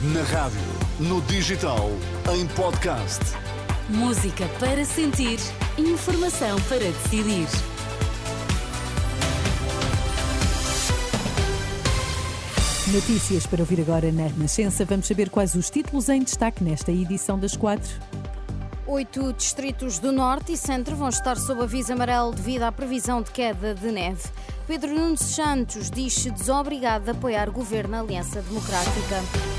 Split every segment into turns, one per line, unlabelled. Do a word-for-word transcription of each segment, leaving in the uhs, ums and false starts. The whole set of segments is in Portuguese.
Na rádio, no digital, em podcast.
Música para sentir, informação para decidir.
Notícias para ouvir agora na Renascença. Vamos saber quais os títulos em destaque nesta edição das quatro.
Oito distritos do Norte e Centro vão estar sob aviso amarelo devido à previsão de queda de neve. Pedro Nuno Santos diz-se desobrigado de apoiar o governo da Aliança Democrática.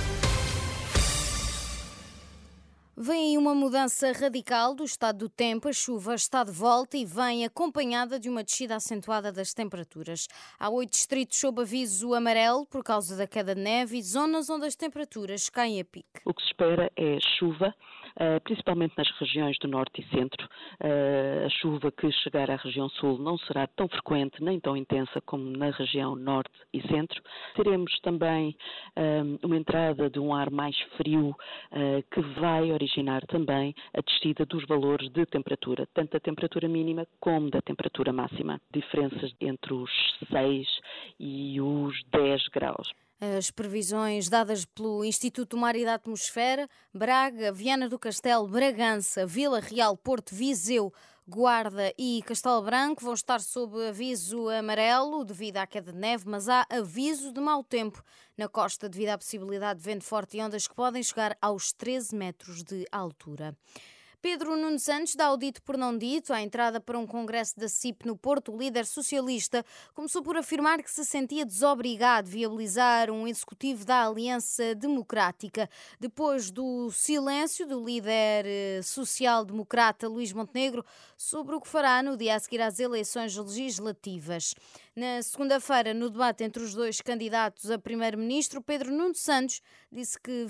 Vem aí uma mudança radical do estado do tempo. A chuva está de volta e vem acompanhada de uma descida acentuada das temperaturas. Há oito distritos sob aviso amarelo por causa da queda de neve e zonas onde as temperaturas caem a pique.
O que se espera é chuva, principalmente nas regiões do Norte e Centro. A chuva que chegar à região Sul não será tão frequente nem tão intensa como na região Norte e Centro. Teremos também uma entrada de um ar mais frio que vai originar também a descida dos valores de temperatura, tanto da temperatura mínima como da temperatura máxima. Diferenças entre os seis e os dez graus.
As previsões dadas pelo Instituto do Mar e da Atmosfera, Braga, Viana do Castelo, Bragança, Vila Real, Porto, Viseu, Guarda e Castelo Branco vão estar sob aviso amarelo devido à queda de neve, mas há aviso de mau tempo na costa devido à possibilidade de vento forte e ondas que podem chegar aos treze metros de altura. Pedro Nuno Santos dá o dito por não dito. À entrada para um congresso da C I P no Porto, o líder socialista começou por afirmar que se sentia desobrigado de viabilizar um executivo da Aliança Democrática. Depois do silêncio do líder social-democrata Luís Montenegro sobre o que fará no dia a seguir às eleições legislativas. Na segunda-feira, no debate entre os dois candidatos a primeiro-ministro, Pedro Nuno Santos disse que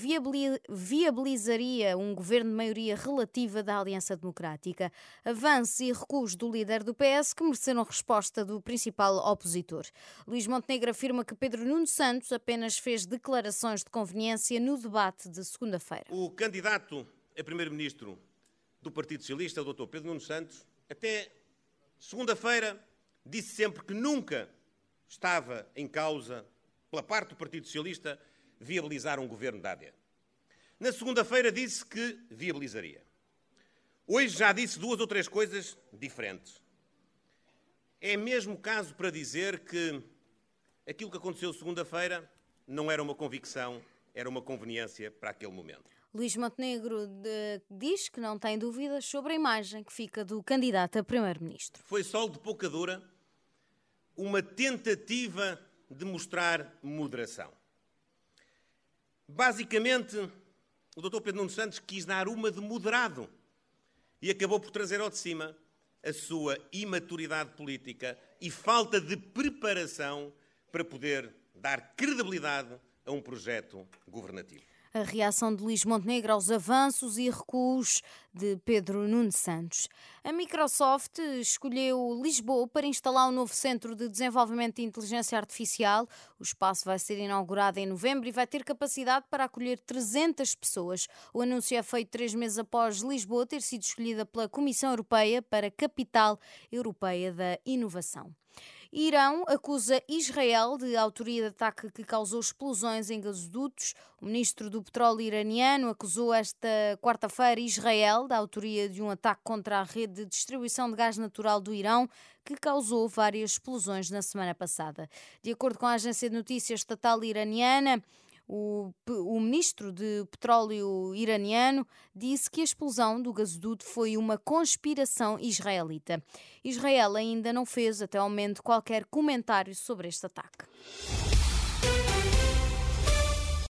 viabilizaria um governo de maioria relativa da Aliança Democrática. Avanço e recuos do líder do P S que mereceram resposta do principal opositor. Luís Montenegro afirma que Pedro Nuno Santos apenas fez declarações de conveniência no debate de segunda-feira.
O candidato a primeiro-ministro do Partido Socialista, o doutor Pedro Nuno Santos, até segunda-feira disse sempre que nunca estava em causa, pela parte do Partido Socialista, viabilizar um governo da A D. Na segunda-feira disse que viabilizaria. Hoje já disse duas ou três coisas diferentes. É mesmo caso para dizer que aquilo que aconteceu segunda-feira não era uma convicção, era uma conveniência para aquele momento.
Luís Montenegro de, diz que não tem dúvidas sobre a imagem que fica do candidato a primeiro-ministro.
Foi só de pouca dura uma tentativa de mostrar moderação. Basicamente, o doutor Pedro Nuno Santos quis dar uma de moderado e acabou por trazer ao de cima a sua imaturidade política e falta de preparação para poder dar credibilidade a um projeto governativo.
A reação de Luís Montenegro aos avanços e recuos de Pedro Nuno Santos. A Microsoft escolheu Lisboa para instalar um novo centro de desenvolvimento de inteligência artificial. O espaço vai ser inaugurado em novembro e vai ter capacidade para acolher trezentas pessoas. O anúncio é feito três meses após Lisboa ter sido escolhida pela Comissão Europeia para Capital Europeia da Inovação. Irão acusa Israel de autoria de ataque que causou explosões em gasodutos. O ministro do Petróleo iraniano acusou esta quarta-feira Israel da autoria de um ataque contra a rede de distribuição de gás natural do Irão, que causou várias explosões na semana passada. De acordo com a agência de notícias estatal iraniana, O, o ministro de Petróleo iraniano disse que a explosão do gasoduto foi uma conspiração israelita. Israel ainda não fez, até ao momento, qualquer comentário sobre este ataque.